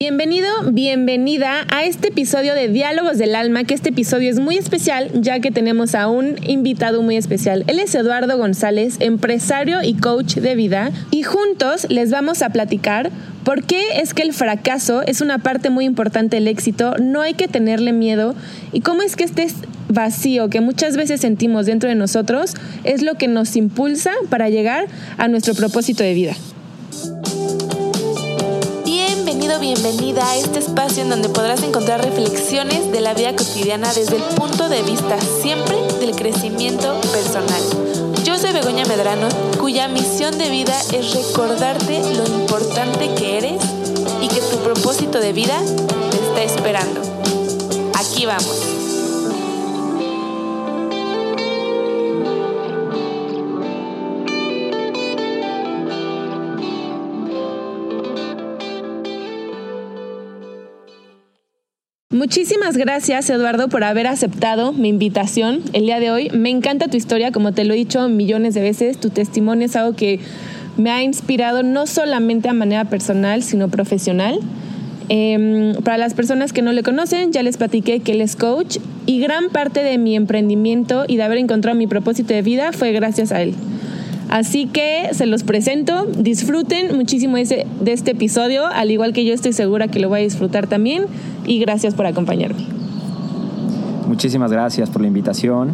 Bienvenido, bienvenida a este episodio de Diálogos del Alma, que este episodio es muy especial ya que tenemos a un invitado muy especial. Él es Eduardo González, empresario y coach de vida, y juntos les vamos a platicar por qué es que el fracaso es una parte muy importante del éxito, no hay que tenerle miedo, y cómo es que este vacío que muchas veces sentimos dentro de nosotros es lo que nos impulsa para llegar a nuestro propósito de vida. Bienvenida a este espacio en donde podrás encontrar reflexiones de la vida cotidiana desde el punto de vista siempre del crecimiento personal. Yo soy Begoña Medrano, cuya misión de vida es recordarte lo importante que eres y que tu propósito de vida te está esperando. Aquí vamos. Muchísimas gracias, Eduardo, por haber aceptado mi invitación el día de hoy. Me encanta tu historia, como te lo he dicho millones de veces. Tu testimonio es algo que me ha inspirado no solamente a manera personal, sino profesional. Para las personas que no le conocen, ya les platiqué que él es coach y gran parte de mi emprendimiento y de haber encontrado mi propósito de vida fue gracias a él. Así que se los presento, disfruten muchísimo de este episodio, al igual que yo estoy segura que lo voy a disfrutar también, y gracias por acompañarme. Muchísimas gracias por la invitación.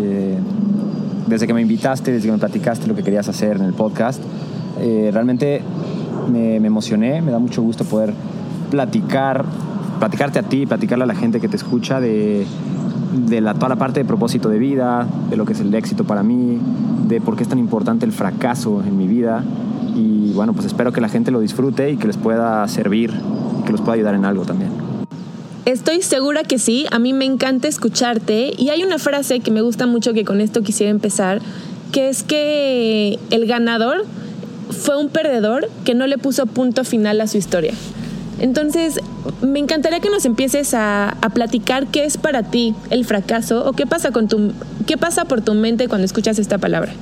Desde que me invitaste, desde que me platicaste lo que querías hacer en el podcast, realmente me emocioné, me da mucho gusto poder platicarte a ti, platicarle a la gente que te escucha de toda la parte de propósito de vida, de lo que es el éxito para mí, de por qué es tan importante el fracaso en mi vida. Y bueno, pues espero que la gente lo disfrute y que les pueda servir y que los pueda ayudar en algo también. Estoy segura que sí, a mí me encanta escucharte, y hay una frase que me gusta mucho que con esto quisiera empezar, que es que el ganador fue un perdedor que no le puso punto final a su historia. Entonces, me encantaría que nos empieces a platicar qué es para ti el fracaso, o qué pasa por tu mente cuando escuchas esta palabra.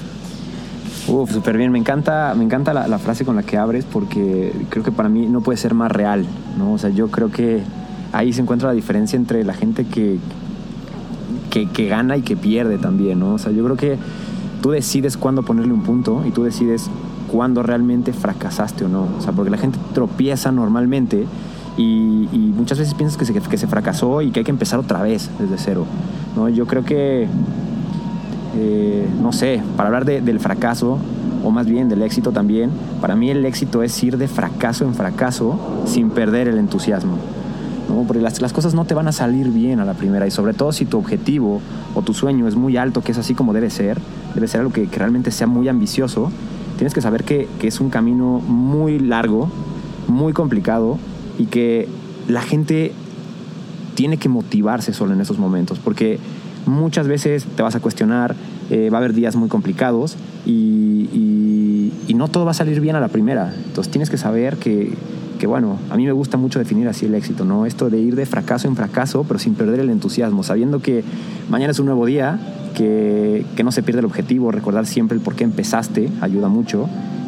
Súper bien, me encanta la frase con la que abres, porque creo que para mí no puede ser más real, ¿no? O sea, yo creo que ahí se encuentra la diferencia entre la gente que gana y que pierde también, ¿no? O sea, yo creo que tú decides cuándo ponerle un punto y tú decides cuándo realmente fracasaste o no. O sea, porque la gente tropieza normalmente y muchas veces piensas que se fracasó y que hay que empezar otra vez desde cero, ¿no? Yo creo que, no sé, para hablar del fracaso, o más bien del éxito también, para mí el éxito es ir de fracaso en fracaso sin perder el entusiasmo, ¿no? Porque las cosas no te van a salir bien a la primera, y sobre todo si tu objetivo o tu sueño es muy alto, que es así como debe ser algo que realmente sea muy ambicioso. Tienes que saber que es un camino muy largo, muy complicado, y que la gente tiene que motivarse solo en esos momentos, porque muchas veces te vas a cuestionar, va a haber días muy complicados y no todo va a salir bien a la primera. Entonces tienes que saber que bueno, a mí me gusta mucho definir así el éxito, ¿no? Esto de ir de fracaso en fracaso, pero sin perder el entusiasmo, sabiendo que mañana es un nuevo día, que no se pierde el objetivo, recordar siempre el por qué empezaste ayuda mucho,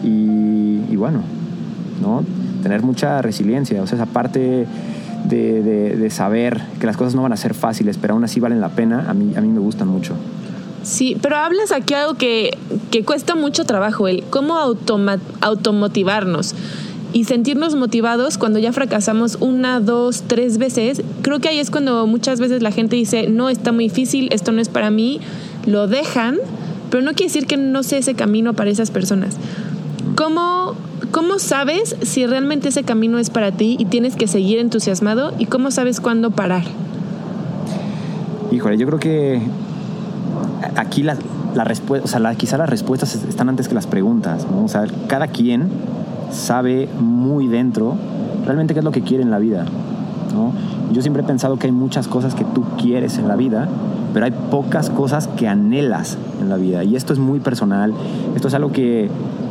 y bueno, ¿no? Tener mucha resiliencia, o sea, esa parte de saber que las cosas no van a ser fáciles, pero aún así valen la pena, a mí me gustan mucho. Sí, pero hablas aquí algo que cuesta mucho trabajo, el cómo automotivarnos y sentirnos motivados cuando ya fracasamos 1, 2, 3 veces. Creo que ahí es cuando muchas veces la gente dice, no, está muy difícil, esto no es para mí, lo dejan, pero no quiere decir que no sea ese camino para esas personas. ¿Cómo sabes si realmente ese camino es para ti y tienes que seguir entusiasmado? ¿Y cómo sabes cuándo parar? Híjole, yo creo que aquí la respuesta, o sea, quizá las respuestas están antes que las preguntas, ¿no? O sea, cada quien sabe muy dentro realmente qué es lo que quiere en la vida, ¿no? Yo siempre he pensado que hay muchas cosas que tú quieres en la vida, pero hay pocas cosas que anhelas en la vida, y esto es muy personal. Esto es algo que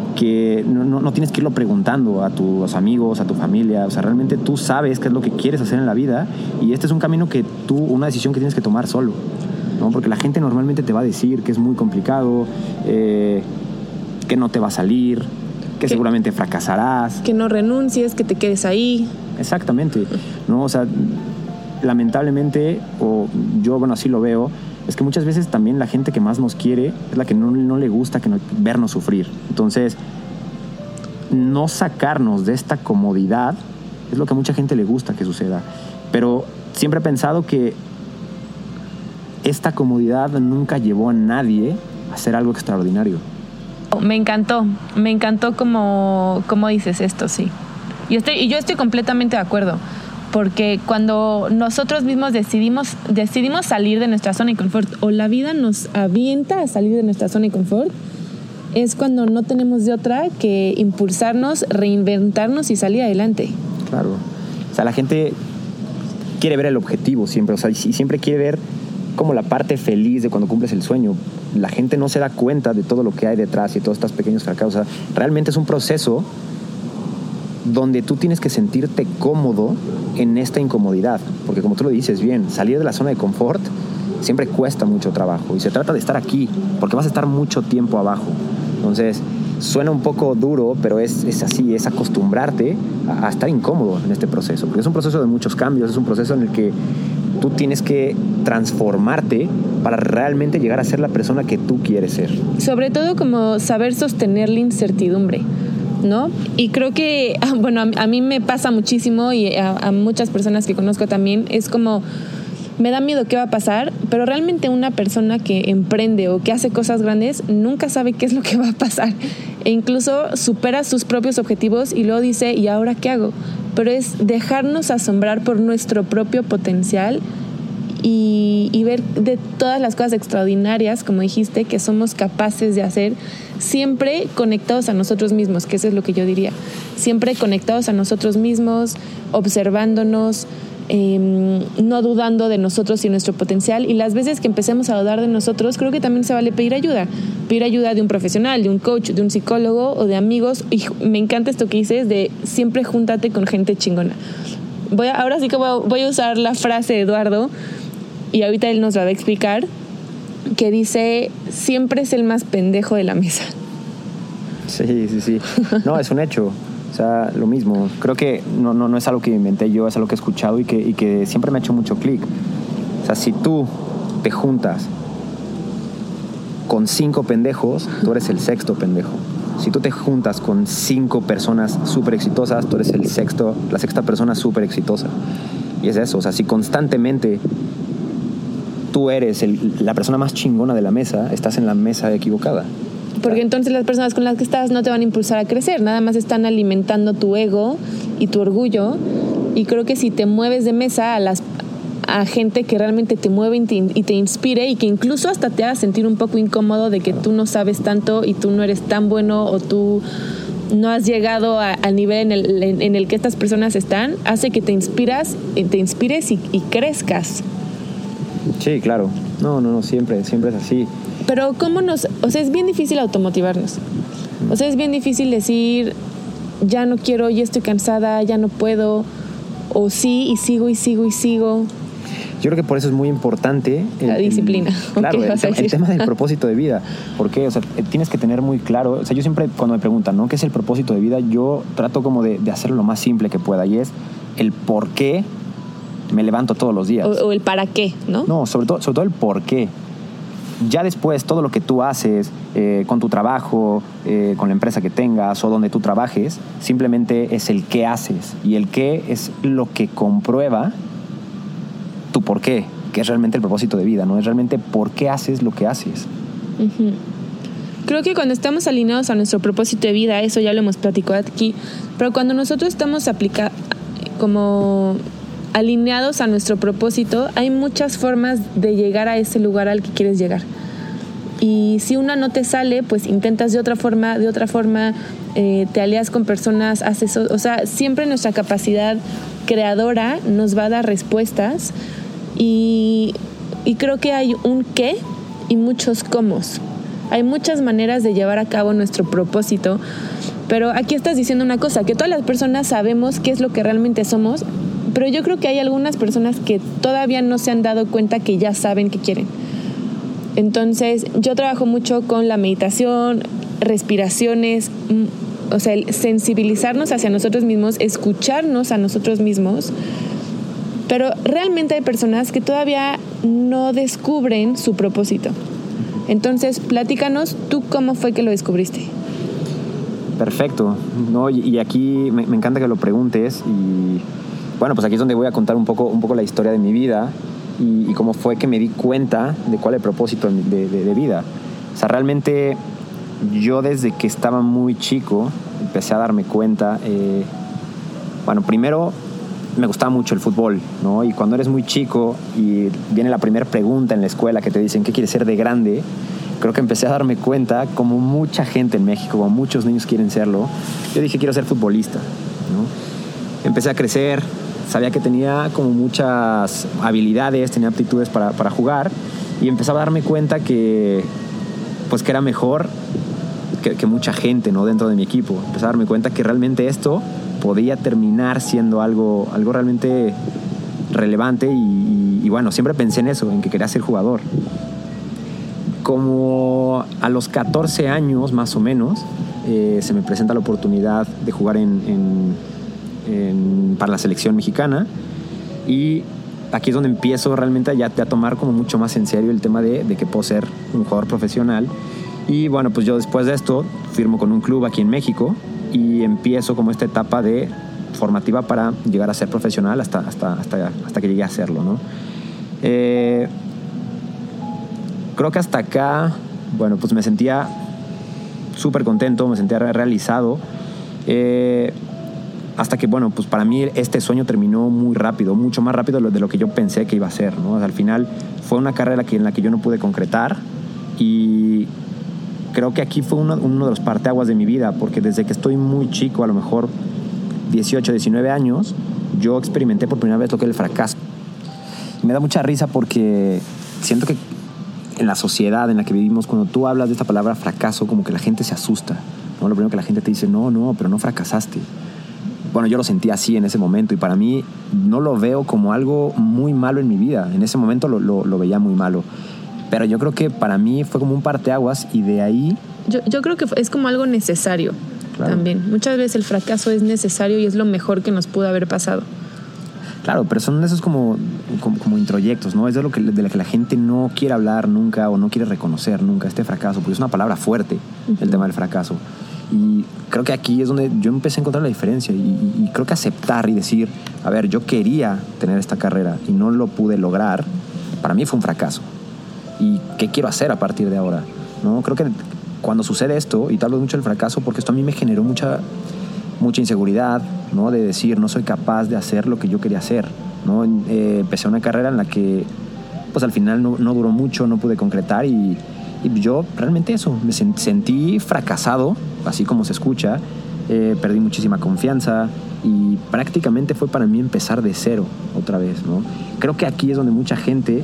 no tienes que irlo preguntando a tus amigos, a tu familia. O sea, realmente tú sabes qué es lo que quieres hacer en la vida, y este es un camino una decisión que tienes que tomar solo, ¿no? Porque la gente normalmente te va a decir que es muy complicado, que no te va a salir, que seguramente fracasarás. Que no renuncies, que te quedes ahí. Exactamente, ¿no? O sea, lamentablemente, o yo, bueno, así lo veo, es que muchas veces también la gente que más nos quiere es la que no le gusta vernos sufrir. Entonces, no sacarnos de esta comodidad es lo que a mucha gente le gusta que suceda. Pero siempre he pensado que esta comodidad nunca llevó a nadie a hacer algo extraordinario. Me encantó como dices esto, sí. Y yo estoy completamente de acuerdo, porque cuando nosotros mismos decidimos salir de nuestra zona de confort, o la vida nos avienta a salir de nuestra zona de confort, es cuando no tenemos de otra que impulsarnos, reinventarnos y salir adelante. Claro. O sea, la gente quiere ver el objetivo siempre, o sea, y siempre quiere ver como la parte feliz de cuando cumples el sueño. La gente no se da cuenta de todo lo que hay detrás y de todos estos pequeños fracasos. O sea, realmente es un proceso donde tú tienes que sentirte cómodo en esta incomodidad, porque como tú lo dices bien, salir de la zona de confort siempre cuesta mucho trabajo y se trata de estar aquí, porque vas a estar mucho tiempo abajo. Entonces, suena un poco duro, pero es así, es acostumbrarte a estar incómodo en este proceso, porque es un proceso de muchos cambios, es un proceso en el que tú tienes que transformarte para realmente llegar a ser la persona que tú quieres ser. Sobre todo como saber sostener la incertidumbre, ¿no? Y creo que, bueno, a mí me pasa muchísimo y a muchas personas que conozco también, es como, me da miedo qué va a pasar, pero realmente una persona que emprende o que hace cosas grandes nunca sabe qué es lo que va a pasar, e incluso supera sus propios objetivos y luego dice, ¿y ahora qué hago? Pero es dejarnos asombrar por nuestro propio potencial y ver de todas las cosas extraordinarias, como dijiste, que somos capaces de hacer, siempre conectados a nosotros mismos, que eso es lo que yo diría, siempre conectados a nosotros mismos, observándonos, no dudando de nosotros y nuestro potencial. Y las veces que empecemos a dudar de nosotros, creo que también se vale pedir ayuda de un profesional, de un coach, de un psicólogo o de amigos. Y me encanta esto que dices de siempre júntate con gente chingona. Ahora sí que voy a usar la frase de Eduardo, y ahorita él nos la va a explicar, que dice, siempre es el más pendejo de la mesa. Sí. No, es un hecho. O sea, lo mismo. Creo que no es algo que inventé yo, es algo que he escuchado y que siempre me ha hecho mucho clic. O sea, si tú te juntas con 5 pendejos, tú eres el 6º pendejo. Si tú te juntas con 5 personas súper exitosas, tú eres la 6ª persona súper exitosa. Y es eso. O sea, si constantemente tú eres la persona más chingona de la mesa, estás en la mesa equivocada. Porque entonces las personas con las que estás no te van a impulsar a crecer, nada más están alimentando tu ego y tu orgullo. Y creo que si te mueves de mesa a gente que realmente te mueve y te inspire, y que incluso hasta te haga sentir un poco incómodo de que tú no sabes tanto y tú no eres tan bueno, o tú no has llegado al nivel en el que estas personas están, hace que te inspires y crezcas. Sí, claro. No, siempre es así. Pero o sea, es bien difícil automotivarnos. O sea, es bien difícil decir, ya no quiero, ya estoy cansada, ya no puedo, o sí, y sigo. Yo creo que por eso es muy importante la disciplina. Claro, el tema del propósito de vida. Porque, o sea, tienes que tener muy claro. O sea, yo siempre, cuando me preguntan, ¿no?, ¿qué es el propósito de vida? Yo trato como de hacerlo lo más simple que pueda, y es el por qué me levanto todos los días. O el para qué, ¿no? No, sobre todo el por qué. Ya después, todo lo que tú haces con tu trabajo, con la empresa que tengas o donde tú trabajes, simplemente es el qué haces. Y el qué es lo que comprueba tu por qué, que es realmente el propósito de vida, ¿no? Es realmente por qué haces lo que haces. Uh-huh. Creo que cuando estamos alineados a nuestro propósito de vida, eso ya lo hemos platicado aquí, pero cuando nosotros estamos como alineados a nuestro propósito, hay muchas formas de llegar a ese lugar al que quieres llegar. Y si una no te sale, pues intentas de otra forma, te alías con personas, haces, o sea, siempre nuestra capacidad creadora nos va a dar respuestas, y creo que hay un qué y muchos cómos. Hay muchas maneras de llevar a cabo nuestro propósito, pero aquí estás diciendo una cosa, que todas las personas sabemos qué es lo que realmente somos, pero yo creo que hay algunas personas que todavía no se han dado cuenta que ya saben qué quieren. Entonces, yo trabajo mucho con la meditación, respiraciones, o sea, el sensibilizarnos hacia nosotros mismos, escucharnos a nosotros mismos, pero realmente hay personas que todavía no descubren su propósito. Entonces, platícanos, ¿tú cómo fue que lo descubriste? Perfecto, ¿no? Y aquí me encanta que lo preguntes y bueno, pues aquí es donde voy a contar un poco la historia de mi vida y cómo fue que me di cuenta de cuál es el propósito de vida. O sea, realmente yo desde que estaba muy chico empecé a darme cuenta, bueno, primero me gustaba mucho el fútbol, ¿no? Y cuando eres muy chico y viene la primera pregunta en la escuela que te dicen ¿qué quieres ser de grande? Creo que empecé a darme cuenta, como mucha gente en México, como muchos niños quieren serlo, yo dije quiero ser futbolista, ¿no? Empecé a crecer, sabía que tenía como muchas habilidades, tenía aptitudes para jugar y empezaba a darme cuenta que pues que era mejor que mucha gente, ¿no? Dentro de mi equipo. Empecé a darme cuenta que realmente esto podía terminar siendo algo realmente relevante y bueno, siempre pensé en eso, en que quería ser jugador. Como a los 14 años más o menos se me presenta la oportunidad de jugar para la selección mexicana y aquí es donde empiezo realmente ya a tomar como mucho más en serio el tema de que puedo ser un jugador profesional. Y bueno, pues yo después de esto firmo con un club aquí en México y empiezo como esta etapa de formativa para llegar a ser profesional hasta que llegué a hacerlo, ¿no? Creo que hasta acá, bueno, pues me sentía súper contento, me sentía realizado. Hasta que, bueno, pues para mí este sueño terminó muy rápido, mucho más rápido de lo que yo pensé que iba a ser, ¿no? O sea, al final fue una carrera en la que yo no pude concretar y creo que aquí fue uno de los parteaguas de mi vida, porque desde que estoy muy chico, a lo mejor 18, 19 años, yo experimenté por primera vez lo que es el fracaso. Y me da mucha risa porque siento que en la sociedad en la que vivimos, cuando tú hablas de esta palabra fracaso, como que la gente se asusta, ¿no? Lo primero que la gente te dice, no, pero no fracasaste. Bueno, yo lo sentí así en ese momento y para mí no lo veo como algo muy malo en mi vida. En ese momento lo veía muy malo. Pero yo creo que para mí fue como un parteaguas y de ahí... Yo creo que es como algo necesario, claro. También. Muchas veces el fracaso es necesario y es lo mejor que nos pudo haber pasado. Claro, pero son esos como introyectos, ¿no? Es de lo que la gente no quiere hablar nunca o no quiere reconocer nunca, este fracaso, porque es una palabra fuerte, el tema del fracaso. Y creo que aquí es donde yo empecé a encontrar la diferencia y creo que aceptar y decir, a ver, yo quería tener esta carrera y no lo pude lograr, para mí fue un fracaso. ¿Y qué quiero hacer a partir de ahora? ¿No? Creo que cuando sucede esto, y te hablo mucho del fracaso, porque esto a mí me generó mucha inseguridad, ¿no? De decir, no soy capaz de hacer lo que yo quería hacer, ¿no? Empecé una carrera en la que, pues al final no duró mucho, no pude concretar y yo realmente eso, me sentí fracasado, así como se escucha, perdí muchísima confianza y prácticamente fue para mí empezar de cero otra vez, ¿no? Creo que aquí es donde mucha gente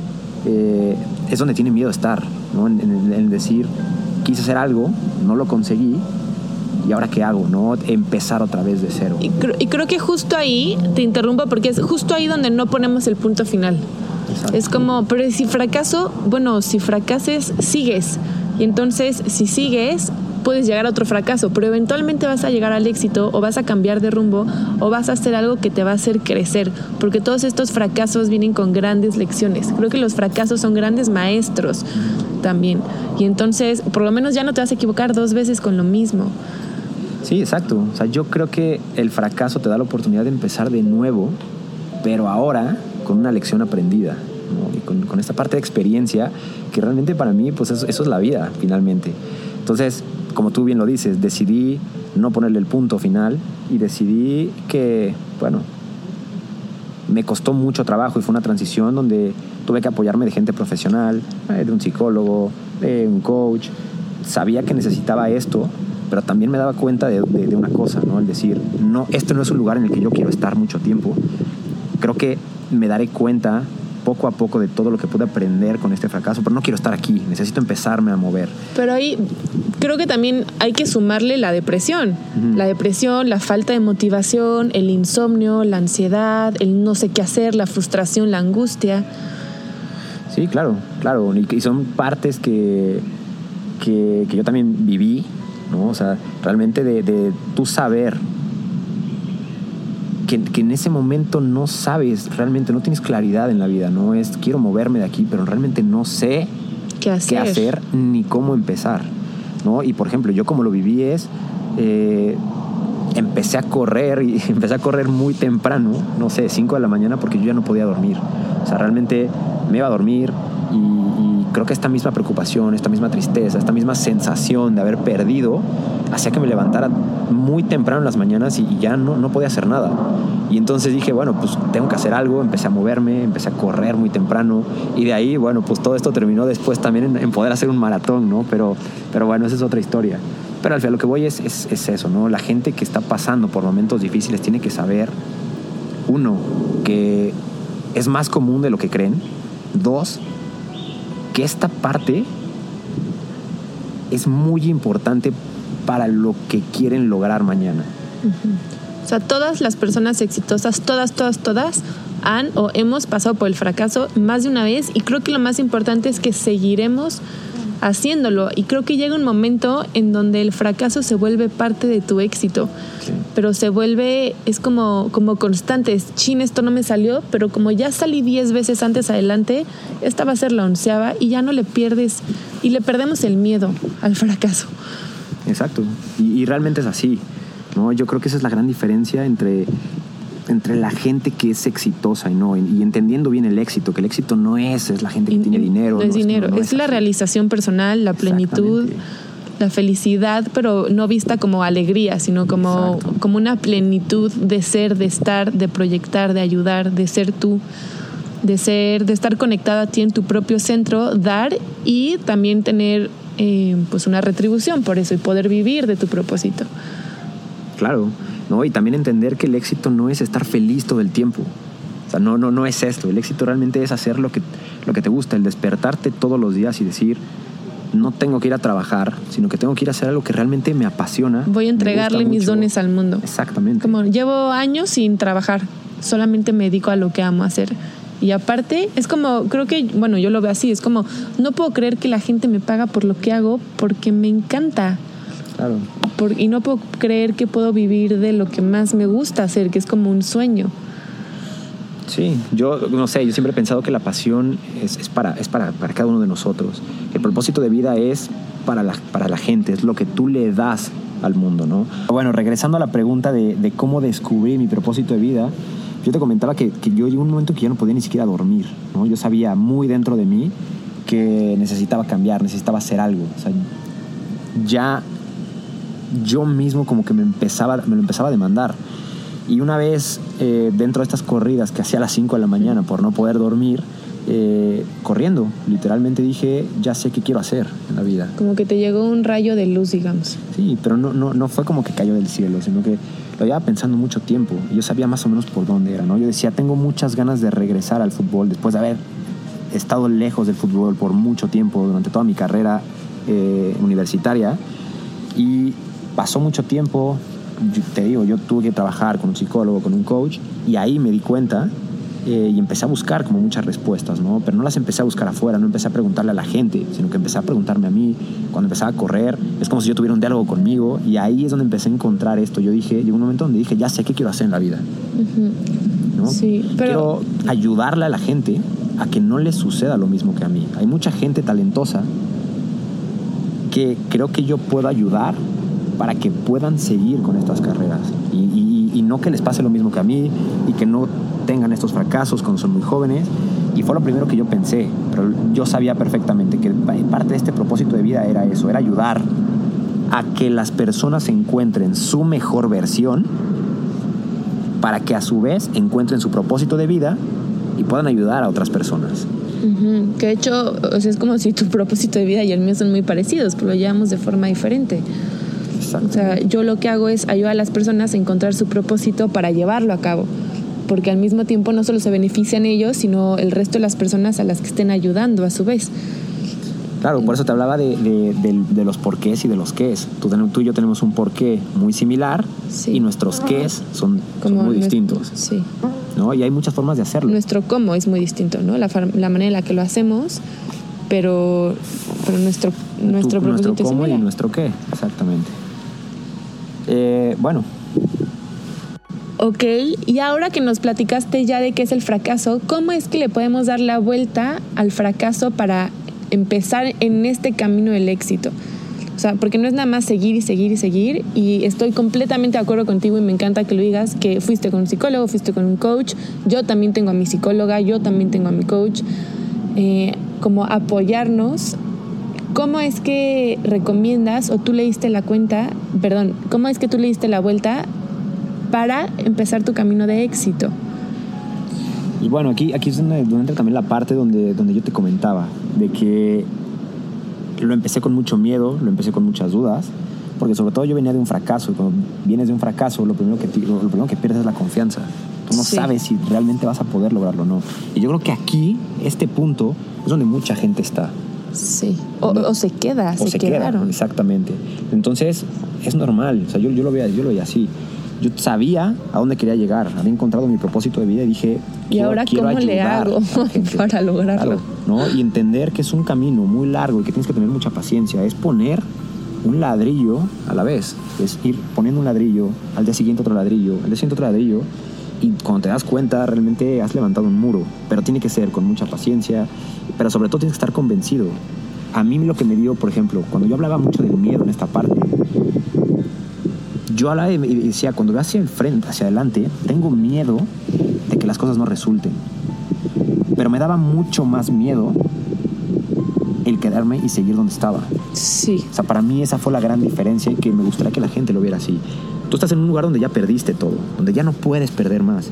es donde tiene miedo a estar, ¿no? En decir, quise hacer algo, no lo conseguí y ahora qué hago, ¿no? Empezar otra vez de cero. Y creo que justo ahí, te interrumpo porque es justo ahí donde no ponemos el punto final. Exacto. Es como, pero si fracaso, bueno, si fracases, sigues. Y entonces, si sigues, puedes llegar a otro fracaso, pero eventualmente vas a llegar al éxito o vas a cambiar de rumbo o vas a hacer algo que te va a hacer crecer, porque todos estos fracasos vienen con grandes lecciones. Creo que los fracasos son grandes maestros también. Y entonces, por lo menos ya no te vas a equivocar 2 veces con lo mismo. Sí, exacto. O sea, yo creo que el fracaso te da la oportunidad de empezar de nuevo, pero ahora con una lección aprendida, ¿no? Y con esta parte de experiencia que realmente para mí, pues eso es la vida, finalmente. Entonces, como tú bien lo dices, decidí no ponerle el punto final y decidí que, bueno, me costó mucho trabajo y fue una transición donde tuve que apoyarme de gente profesional, de un psicólogo, de un coach. Sabía que necesitaba esto, pero también me daba cuenta de una cosa, ¿no? El decir, no, este no es un lugar en el que yo quiero estar mucho tiempo. Creo que me daré cuenta poco a poco de todo lo que pude aprender con este fracaso, pero no quiero estar aquí, necesito empezarme a mover. Pero ahí creo que también hay que sumarle la depresión. Uh-huh. La depresión, la falta de motivación, el insomnio, la ansiedad, el no sé qué hacer, la frustración, la angustia. Sí, claro. Y son partes que yo también viví ¿no? O sea, realmente de tú saber que en ese momento no sabes, realmente no tienes claridad en la vida, no es quiero moverme de aquí, pero realmente no sé qué hacer ni cómo empezar, ¿no? Y por ejemplo, yo como lo viví es empecé a correr muy temprano, no sé, 5 de la mañana, porque yo ya no podía dormir. O sea, realmente me iba a dormir y creo que esta misma preocupación, esta misma tristeza, esta misma sensación de haber perdido hacía que me levantara muy temprano en las mañanas y ya no podía hacer nada. Y entonces dije, bueno, pues tengo que hacer algo. Empecé a moverme, empecé a correr muy temprano y de ahí, bueno, pues todo esto terminó después también en poder hacer un maratón, ¿no? Pero bueno, esa es otra historia. Pero al final lo que voy es eso, ¿no? La gente que está pasando por momentos difíciles tiene que saber, 1, que es más común de lo que creen. 2, que esta parte es muy importante para lo que quieren lograr mañana. Uh-huh. O sea, todas las personas exitosas, todas han o hemos pasado por el fracaso más de una vez, y creo que lo más importante es que seguiremos haciéndolo, y creo que llega un momento en donde el fracaso se vuelve parte de tu éxito. Sí. Pero se vuelve, es como constante, esto no me salió, pero como ya salí 10 veces antes adelante, esta va a ser la 11ª y ya no le pierdes, y le perdemos el miedo al fracaso. Exacto, y realmente es así, ¿no? Yo creo que esa es la gran diferencia entre la gente que es exitosa y entendiendo bien el éxito, que el éxito no es la gente que tiene dinero. No es dinero, es la realización personal, la plenitud, la felicidad, pero no vista como alegría, sino como una plenitud de ser, de estar, de proyectar, de ayudar, de ser tú, de estar conectado a ti en tu propio centro, dar y también tener pues una retribución por eso y poder vivir de tu propósito. Claro, ¿no? Y también entender que el éxito no es estar feliz todo el tiempo. O sea, no es esto. El éxito realmente es hacer lo que te gusta, el despertarte todos los días y decir, no tengo que ir a trabajar, sino que tengo que ir a hacer algo que realmente me apasiona. Voy a entregarle mis dones al mundo. Exactamente. Como llevo años sin trabajar, solamente me dedico a lo que amo hacer. Y aparte, es como, creo que, bueno, yo lo veo así, es como, no puedo creer que la gente me paga por lo que hago porque me encanta. Claro. Y no puedo creer que puedo vivir de lo que más me gusta hacer, que es como un sueño. Sí, yo no sé, yo siempre he pensado que la pasión es para cada uno de nosotros. El propósito de vida es para la gente, es lo que tú le das al mundo, ¿no? Bueno, regresando a la pregunta de cómo descubrí mi propósito de vida, yo te comentaba que yo llegó un momento que ya no podía ni siquiera dormir, ¿no? Yo sabía muy dentro de mí que necesitaba cambiar, necesitaba hacer algo. O sea, ya yo mismo como que me lo empezaba a demandar. Y una vez dentro de estas corridas que hacía a las 5 de la mañana por no poder dormir, corriendo, literalmente dije, ya sé qué quiero hacer en la vida. Como que te llegó un rayo de luz, digamos. Sí, pero no fue como que cayó del cielo, sino que lo llevaba pensando mucho tiempo. Y yo sabía más o menos por dónde era, ¿no? Yo decía, tengo muchas ganas de regresar al fútbol después de haber estado lejos del fútbol por mucho tiempo durante toda mi carrera universitaria. Y pasó mucho tiempo, yo tuve que trabajar con un psicólogo, con un coach, y ahí me di cuenta y empecé a buscar como muchas respuestas, ¿no? Pero no las empecé a buscar afuera, no empecé a preguntarle a la gente, sino que empecé a preguntarme a mí. Cuando empezaba a correr, es como si yo tuviera un diálogo conmigo, y ahí es donde empecé a encontrar esto. Llegó un momento donde dije, ya sé qué quiero hacer en la vida. Uh-huh. ¿No? Sí, pero... Quiero ayudarle a la gente a que no les suceda lo mismo que a mí. Hay mucha gente talentosa que creo que yo puedo ayudar para que puedan seguir con estas carreras y no que les pase lo mismo que a mí y que no tengan estos fracasos cuando son muy jóvenes. Y fue lo primero que yo pensé, pero yo sabía perfectamente que parte de este propósito de vida era eso, era ayudar a que las personas encuentren su mejor versión para que a su vez encuentren su propósito de vida y puedan ayudar a otras personas. Uh-huh. Que de hecho, o sea, es como si tu propósito de vida y el mío son muy parecidos, pero lo llevamos de forma diferente. O sea, yo lo que hago es ayudar a las personas a encontrar su propósito para llevarlo a cabo, porque al mismo tiempo no solo se benefician ellos, sino el resto de las personas a las que estén ayudando a su vez. Claro, por eso te hablaba de los porqués y de los qués. Tú y yo tenemos un porqué muy similar, sí, y nuestros qués son muy distintos. Sí. ¿No? Y hay muchas formas de hacerlo. Nuestro cómo es muy distinto, ¿no? La manera en la que lo hacemos, pero nuestro propósito nuestro cómo es similar. Y nuestro qué, exactamente. Bueno. Ok, y ahora que nos platicaste ya de qué es el fracaso, ¿cómo es que le podemos dar la vuelta al fracaso para empezar en este camino del éxito? O sea, porque no es nada más seguir y seguir y seguir, y estoy completamente de acuerdo contigo y me encanta que lo digas, que fuiste con un psicólogo, fuiste con un coach. Yo también tengo a mi psicóloga, yo también tengo a mi coach, como apoyarnos. ¿Cómo es que recomiendas o tú le diste cómo es que tú le diste la vuelta para empezar tu camino de éxito? Y bueno, aquí es donde entra también la parte donde yo te comentaba, de que lo empecé con mucho miedo, lo empecé con muchas dudas, porque sobre todo yo venía de un fracaso, y cuando vienes de un fracaso lo primero que pierdes es la confianza. Tú no sabes si realmente vas a poder lograrlo o no. Y yo creo que aquí, este punto, es donde mucha gente está. Sí, o se queda, o se quedaron. Exactamente. Entonces, es normal, o sea, yo lo veía así. Yo sabía a dónde quería llegar, había encontrado mi propósito de vida y dije, ¿y ahora cómo le hago para lograrlo? Claro, ¿no? Y entender que es un camino muy largo y que tienes que tener mucha paciencia. Es poner un ladrillo a la vez. Es ir poniendo un ladrillo, al día siguiente otro ladrillo, al día siguiente otro ladrillo. Y cuando te das cuenta, realmente has levantado un muro. Pero tiene que ser con mucha paciencia, pero sobre todo tienes que estar convencido. A mí lo que me dio, por ejemplo, cuando yo hablaba mucho del miedo en esta parte, yo hablaba y decía, cuando voy hacia el frente, hacia adelante, tengo miedo de que las cosas no resulten. Pero me daba mucho más miedo el quedarme y seguir donde estaba. Sí. O sea, para mí esa fue la gran diferencia y que me gustaría que la gente lo viera así. Tú estás en un lugar donde ya perdiste todo, donde ya no puedes perder más.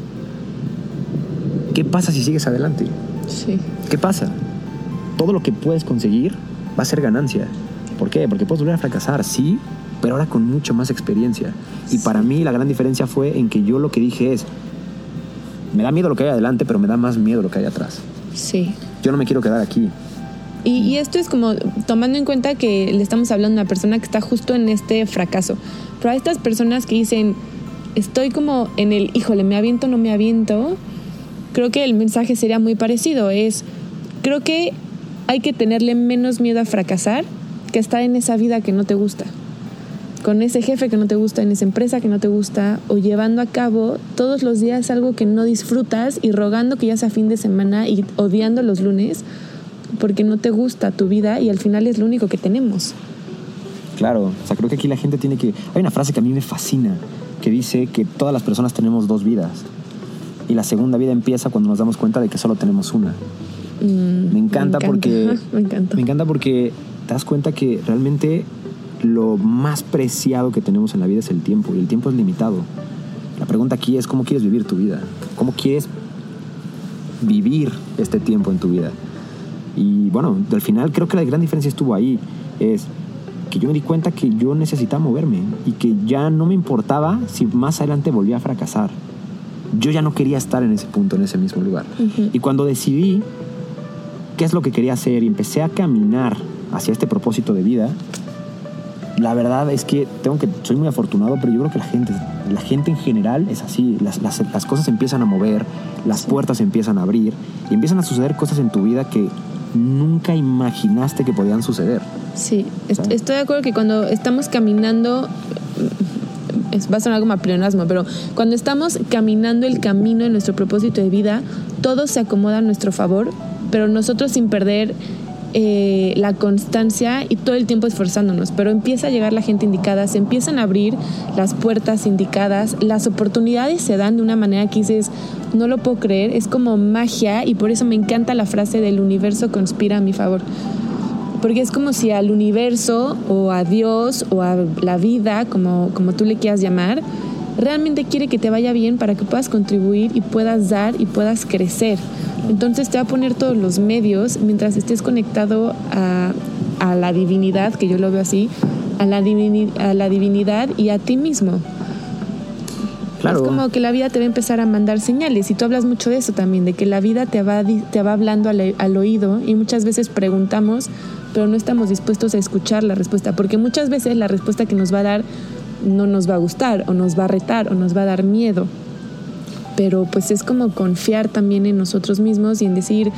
¿Qué pasa si sigues adelante? Sí. ¿Qué pasa? Todo lo que puedes conseguir va a ser ganancia. ¿Por qué? Porque puedes volver a fracasar, sí, pero ahora con mucho más experiencia. Y para mí la gran diferencia fue en que yo lo que dije es, me da miedo lo que hay adelante, pero me da más miedo lo que hay atrás. Sí. Yo no me quiero quedar aquí. Y esto es como tomando en cuenta que le estamos hablando a una persona que está justo en este fracaso. Pero a estas personas que dicen, estoy como en el, híjole, ¿me aviento o no me aviento? Creo que el mensaje sería muy parecido. Creo que hay que tenerle menos miedo a fracasar que estar en esa vida que no te gusta, con ese jefe que no te gusta, en esa empresa que no te gusta, o llevando a cabo todos los días algo que no disfrutas y rogando que ya sea fin de semana y odiando los lunes porque no te gusta tu vida y al final es lo único que tenemos. Claro, o sea, creo que aquí la gente tiene que... Hay una frase que a mí me fascina, que dice que todas las personas tenemos 2 vidas y la segunda vida empieza cuando nos damos cuenta de que solo tenemos una. Me encanta porque te das cuenta que realmente lo más preciado que tenemos en la vida es el tiempo, y el tiempo es limitado. La pregunta aquí es, ¿cómo quieres vivir tu vida? ¿Cómo quieres vivir este tiempo en tu vida? Y bueno, al final creo que la gran diferencia estuvo ahí, es que yo me di cuenta que yo necesitaba moverme y que ya no me importaba si más adelante volvía a fracasar. Yo ya no quería estar en ese punto, en ese mismo lugar. Uh-huh. Y cuando decidí qué es lo que quería hacer y empecé a caminar hacia este propósito de vida, la verdad es que soy muy afortunado, pero yo creo que la gente en general es así. Las cosas se empiezan a mover, las puertas se empiezan a abrir y empiezan a suceder cosas en tu vida que nunca imaginaste que podían suceder. Sí, estoy de acuerdo que cuando estamos caminando, va a sonar como a pleonasmo, pero cuando estamos caminando el camino de nuestro propósito de vida, todo se acomoda a nuestro favor, pero nosotros sin perder la constancia y todo el tiempo esforzándonos. Pero empieza a llegar la gente indicada, se empiezan a abrir las puertas indicadas, las oportunidades se dan de una manera que dices, no lo puedo creer, es como magia, y por eso me encanta la frase del universo conspira a mi favor. Porque es como si al universo o a Dios o a la vida, como tú le quieras llamar, realmente quiere que te vaya bien para que puedas contribuir y puedas dar y puedas crecer. Entonces te va a poner todos los medios mientras estés conectado a la divinidad, que yo lo veo así, a la divinidad y a ti mismo. Claro. Es como que la vida te va a empezar a mandar señales, y tú hablas mucho de eso también, de que la vida te va hablando al oído, y muchas veces preguntamos, pero no estamos dispuestos a escuchar la respuesta, porque muchas veces la respuesta que nos va a dar no nos va a gustar, o nos va a retar, o nos va a dar miedo. Pero pues es como confiar también en nosotros mismos y en decir,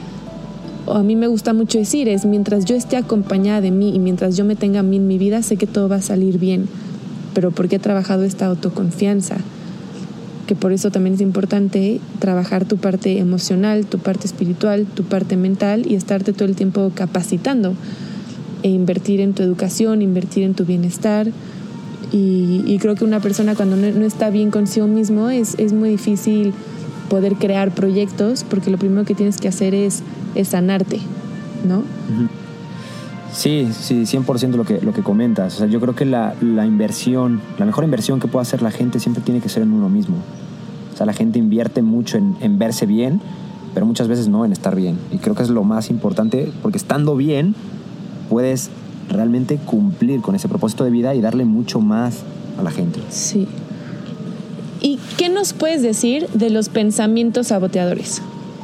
a mí me gusta mucho decir, es mientras yo esté acompañada de mí y mientras yo me tenga a mí en mi vida, sé que todo va a salir bien. pero porque he trabajado esta autoconfianza, que por eso también es importante trabajar tu parte emocional, tu parte espiritual, tu parte mental y estarte todo el tiempo capacitando e invertir en tu educación, invertir en tu bienestar. Y creo que una persona cuando no está bien consigo mismo es muy difícil poder crear proyectos, porque lo primero que tienes que hacer es sanarte, ¿no? Sí, 100% lo que comentas. O sea, yo creo que la inversión, la mejor inversión que puede hacer la gente siempre tiene que ser en uno mismo. O sea, la gente invierte mucho en verse bien, pero muchas veces no en estar bien. Y creo que es lo más importante, porque estando bien puedes realmente cumplir con ese propósito de vida y darle mucho más a la gente. Sí. ¿Y qué nos puedes decir de los pensamientos saboteadores?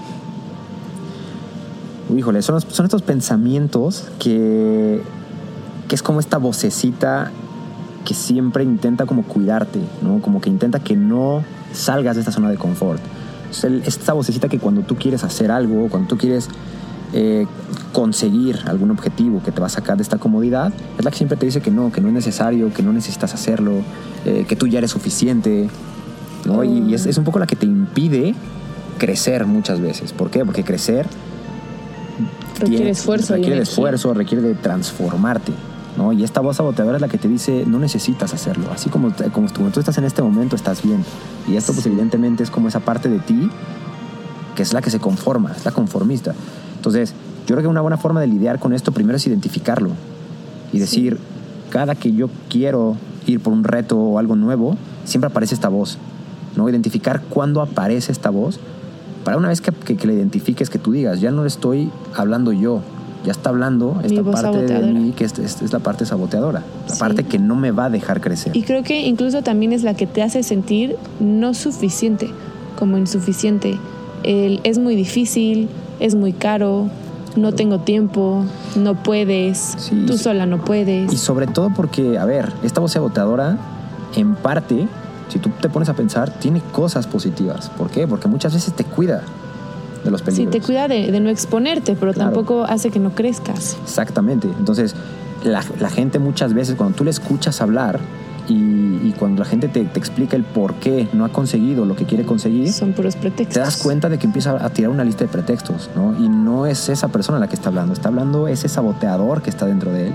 Híjole, son estos pensamientos que es como esta vocecita que siempre intenta como cuidarte, ¿no? Como que intenta que no salgas de esta zona de confort. Es esta vocecita que cuando tú quieres hacer algo, cuando tú quieres conseguir algún objetivo que te va a sacar de esta comodidad, es la que siempre te dice que no es necesario, que no necesitas hacerlo, que tú ya eres suficiente, ¿no? Y es un poco la que te impide crecer muchas veces. ¿Por qué? Porque crecer requiere esfuerzo, requiere de transformarte, ¿no? Y esta voz saboteadora es la que te dice no necesitas hacerlo, así como tú estás en este momento, estás bien. Y esto pues evidentemente es como esa parte de ti que es la que se conforma, es la conformista. Entonces yo creo que una buena forma de lidiar con esto primero es identificarlo y decir, cada que yo quiero ir por un reto o algo nuevo, siempre aparece esta voz, ¿no? Identificar cuándo aparece esta voz, para una vez que la identifiques, que tú digas, ya no le estoy hablando yo, ya está hablando esta parte de mí, que es la parte saboteadora, la parte que no me va a dejar crecer. Y creo que incluso también es la que te hace sentir no suficiente, como insuficiente. Es muy difícil, es muy caro, no tengo tiempo, no puedes, tú sola no puedes. Y sobre todo porque, a ver, esta voz saboteadora, en parte, si tú te pones a pensar, tiene cosas positivas. ¿Por qué? Porque muchas veces te cuida de los peligros. Sí, te cuida de no exponerte, pero tampoco hace que no crezcas. Exactamente. Entonces, la gente muchas veces, cuando tú le escuchas hablar y cuando la gente te explica el por qué no ha conseguido lo que quiere conseguir, son puros pretextos. Te das cuenta de que empieza a tirar una lista de pretextos, ¿no? Y no es esa persona la que está hablando ese saboteador que está dentro de él.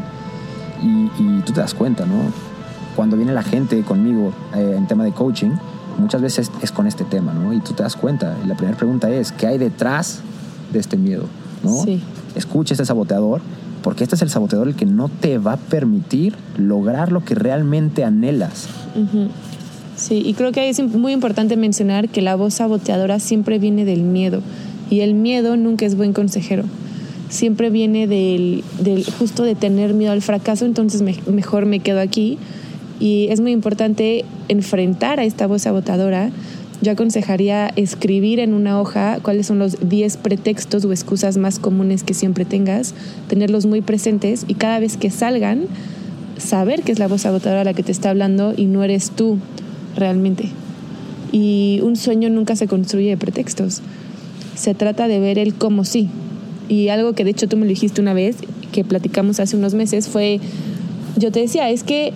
Y tú te das cuenta, ¿no? Cuando viene la gente conmigo en tema de coaching, muchas veces es con este tema, ¿no? Y tú te das cuenta. Y la primera pregunta es, ¿qué hay detrás de este miedo? ¿No? Sí. Escucha este saboteador, porque este es el saboteador el que no te va a permitir lograr lo que realmente anhelas. Uh-huh. Sí, y creo que es muy importante mencionar que la voz saboteadora siempre viene del miedo. Y el miedo nunca es buen consejero. Siempre viene del justo de tener miedo al fracaso, entonces mejor me quedo aquí. Y es muy importante enfrentar a esta voz sabotadora. Yo aconsejaría escribir en una hoja cuáles son los 10 pretextos o excusas más comunes que siempre tengas, tenerlos muy presentes y cada vez que salgan, saber que es la voz sabotadora la que te está hablando y no eres tú realmente. Y un sueño nunca se construye de pretextos. Se trata de ver el cómo sí. Y algo que de hecho tú me lo dijiste una vez, que platicamos hace unos meses, fue, yo te decía, es que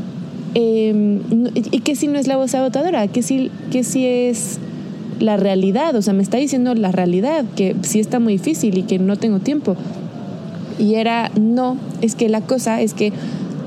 y que si no es la voz sabotadora, que si es la realidad, o sea, me está diciendo la realidad, que sí está muy difícil y que no tengo tiempo. Y era, no, es que la cosa es que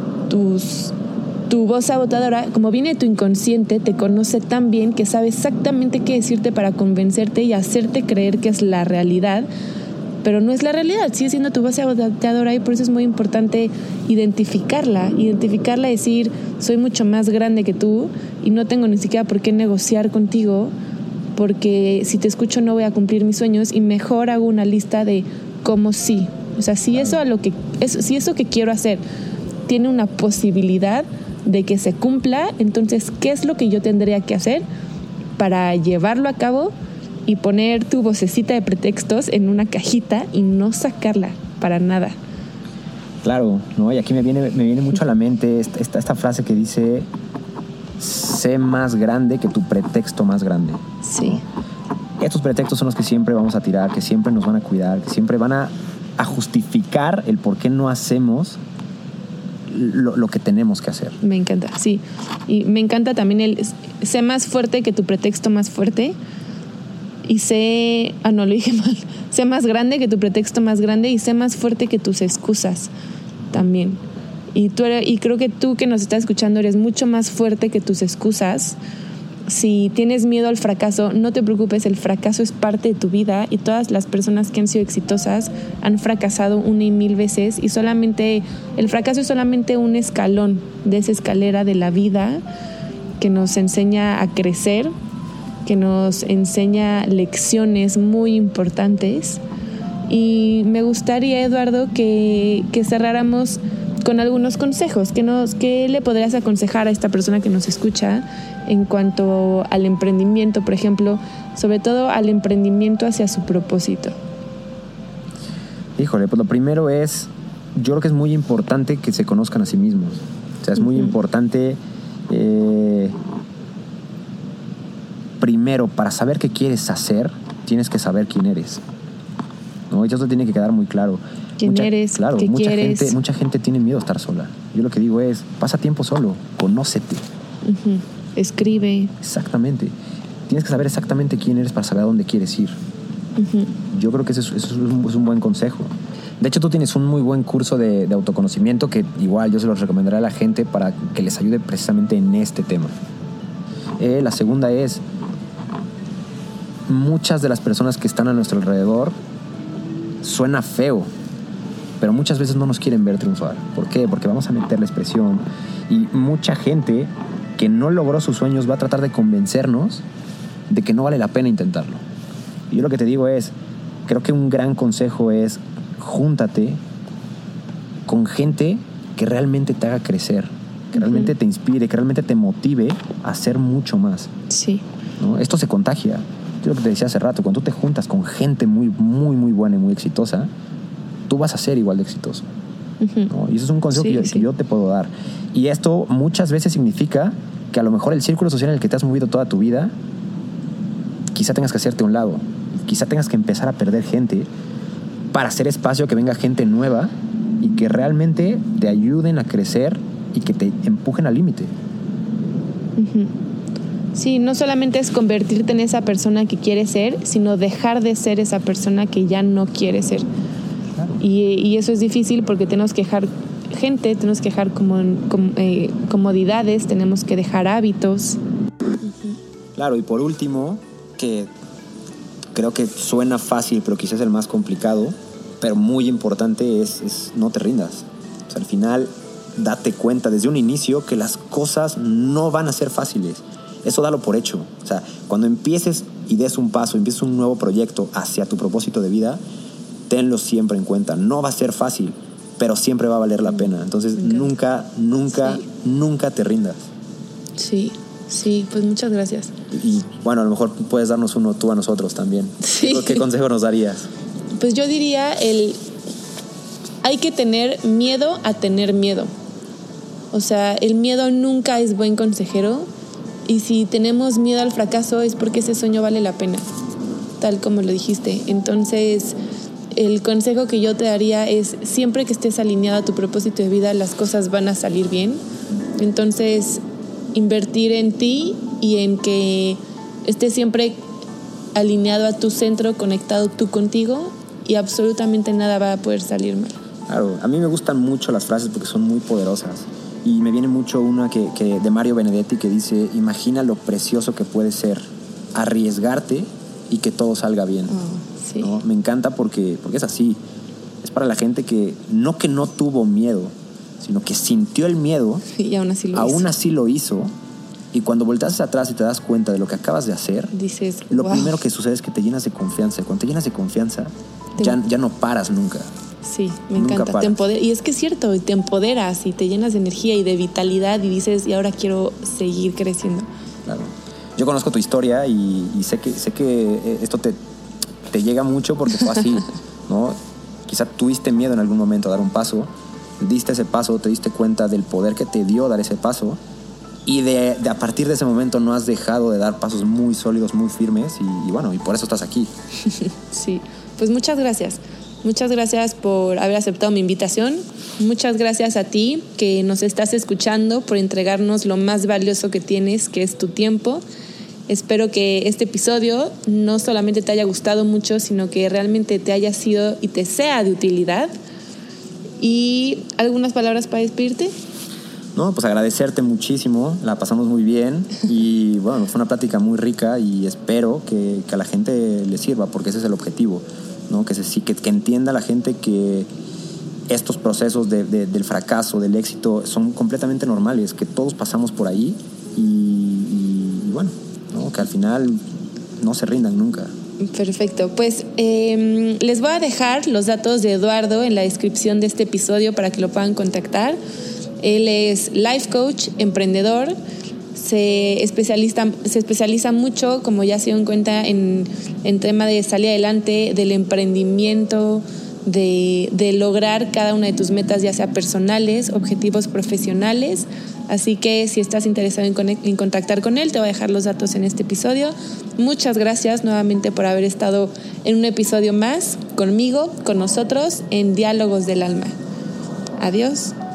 tu voz sabotadora, como viene de tu inconsciente, te conoce tan bien que sabe exactamente qué decirte para convencerte y hacerte creer que es la realidad, pero no es la realidad, sigue siendo tu voz saboteadora y por eso es muy importante identificarla, decir, soy mucho más grande que tú y no tengo ni siquiera por qué negociar contigo, porque si te escucho no voy a cumplir mis sueños y mejor hago una lista de cómo sí. O sea, si eso que quiero hacer tiene una posibilidad de que se cumpla, entonces, ¿qué es lo que yo tendría que hacer para llevarlo a cabo y poner tu vocecita de pretextos en una cajita y no sacarla para nada? Claro, ¿no? Y aquí me viene mucho a la mente esta frase que dice, sé más grande que tu pretexto más grande. Sí. Estos pretextos son los que siempre vamos a tirar, que siempre nos van a cuidar, que siempre van a justificar el por qué no hacemos lo que tenemos que hacer. Me encanta, sí. Y me encanta también sé más fuerte que tu pretexto más fuerte. Y lo dije mal. Sé más grande que tu pretexto más grande y sé más fuerte que tus excusas también. Y creo que tú que nos estás escuchando eres mucho más fuerte que tus excusas. Si tienes miedo al fracaso, no te preocupes, el fracaso es parte de tu vida y todas las personas que han sido exitosas han fracasado 1 y 1000 veces y el fracaso es solamente un escalón de esa escalera de la vida que nos enseña a crecer, que nos enseña lecciones muy importantes. Y me gustaría, Eduardo, que cerráramos con algunos consejos. ¿Qué le podrías aconsejar a esta persona que nos escucha en cuanto al emprendimiento, por ejemplo, sobre todo al emprendimiento hacia su propósito? Híjole, pues lo primero es, yo creo que es muy importante que se conozcan a sí mismos. O sea, es muy importante, primero, para saber qué quieres hacer, tienes que saber quién eres, ¿no? Y eso tiene que quedar muy claro. ¿Quién eres? Claro, ¿Qué quieres? Mucha gente tiene miedo a estar sola. Yo lo que digo es, pasa tiempo solo, conócete. Escribe. Exactamente. Tienes que saber exactamente quién eres para saber a dónde quieres ir. Yo creo que eso es un buen consejo. De hecho, tú tienes un muy buen curso de autoconocimiento que igual yo se los recomendaré a la gente para que les ayude precisamente en este tema. La segunda es, muchas de las personas que están a nuestro alrededor, suena feo, pero muchas veces no nos quieren ver triunfar. ¿Por qué? Porque vamos a meterles presión y mucha gente que no logró sus sueños va a tratar de convencernos de que no vale la pena intentarlo. Y yo lo que te digo es, creo que un gran consejo es, júntate con gente que realmente te haga crecer, que realmente te inspire, que realmente te motive a hacer mucho más. Sí. ¿No? Esto se contagia. Yo lo que te decía hace rato, cuando tú te juntas con gente muy, muy, muy buena y muy exitosa, tú vas a ser igual de exitoso. ¿No? Y eso es un consejo que yo te puedo dar. Y esto muchas veces significa que a lo mejor el círculo social en el que te has movido toda tu vida, quizá tengas que hacerte a un lado, quizá tengas que empezar a perder gente para hacer espacio, que venga gente nueva y que realmente te ayuden a crecer y que te empujen al límite. Sí, no solamente es convertirte en esa persona que quieres ser, sino dejar de ser esa persona que ya no quieres ser. Claro. Y eso es difícil porque tenemos que dejar gente, tenemos que dejar comodidades, tenemos que dejar hábitos. Claro, y por último, que creo que suena fácil, pero quizás es el más complicado, pero muy importante, es no te rindas. O sea, al final, date cuenta desde un inicio que las cosas no van a ser fáciles. Eso dalo por hecho. O sea, cuando empieces y des un paso, empieces un nuevo proyecto hacia tu propósito de vida, tenlo siempre en cuenta. No va a ser fácil, pero siempre va a valer la pena. Entonces, nunca te rindas. Sí, pues muchas gracias. Y bueno, a lo mejor puedes darnos uno tú a nosotros también. Sí. ¿Qué consejo nos darías? Pues yo diría hay que tener miedo a tener miedo. O sea, el miedo nunca es buen consejero. Y si tenemos miedo al fracaso es porque ese sueño vale la pena, tal como lo dijiste. Entonces, el consejo que yo te daría es, siempre que estés alineado a tu propósito de vida, las cosas van a salir bien. Entonces, invertir en ti y en que estés siempre alineado a tu centro, conectado tú contigo, y absolutamente nada va a poder salir mal. Claro, a mí me gustan mucho las frases porque son muy poderosas. Y me viene mucho una que de Mario Benedetti que dice, imagina lo precioso que puede ser arriesgarte y que todo salga bien. Sí. ¿No? Me encanta porque es así. Es para la gente que no tuvo miedo, sino que sintió el miedo y aún así lo hizo. Y cuando volteas atrás y te das cuenta de lo que acabas de hacer, dices, lo primero que sucede es que te llenas de confianza. Cuando te llenas de confianza, ya no paras nunca. Sí, me encanta. Te empodera, y es que es cierto, te empoderas y te llenas de energía y de vitalidad y dices, y ahora quiero seguir creciendo. Claro. Yo conozco tu historia y sé que esto te llega mucho porque fue así, ¿no? Quizá tuviste miedo en algún momento a dar un paso, diste ese paso, te diste cuenta del poder que te dio dar ese paso y a partir de ese momento no has dejado de dar pasos muy sólidos, muy firmes y bueno, y por eso estás aquí. Sí, pues muchas gracias. Muchas gracias por haber aceptado mi invitación Muchas gracias a ti que nos estás escuchando por entregarnos lo más valioso que tienes, que es tu tiempo. Espero que este episodio no solamente te haya gustado mucho, sino que realmente te haya sido y te sea de utilidad. ¿Y algunas palabras para despedirte? No, pues agradecerte muchísimo, la pasamos muy bien y bueno, fue una plática muy rica y espero que a la gente le sirva, porque ese es el objetivo, ¿no? Que entienda la gente que estos procesos del fracaso, del éxito, son completamente normales, que todos pasamos por ahí y bueno, ¿no? Que al final no se rindan nunca. Perfecto, pues les voy a dejar los datos de Eduardo en la descripción de este episodio para que lo puedan contactar. Él es life coach, emprendedor, se especializa mucho, como ya se dieron cuenta, en tema de salir adelante, del emprendimiento, de lograr cada una de tus metas, ya sea personales, objetivos profesionales. Así que si estás interesado en contactar con él, te voy a dejar los datos en este episodio. Muchas gracias nuevamente por haber estado en un episodio más conmigo, con nosotros, en Diálogos del Alma. Adiós.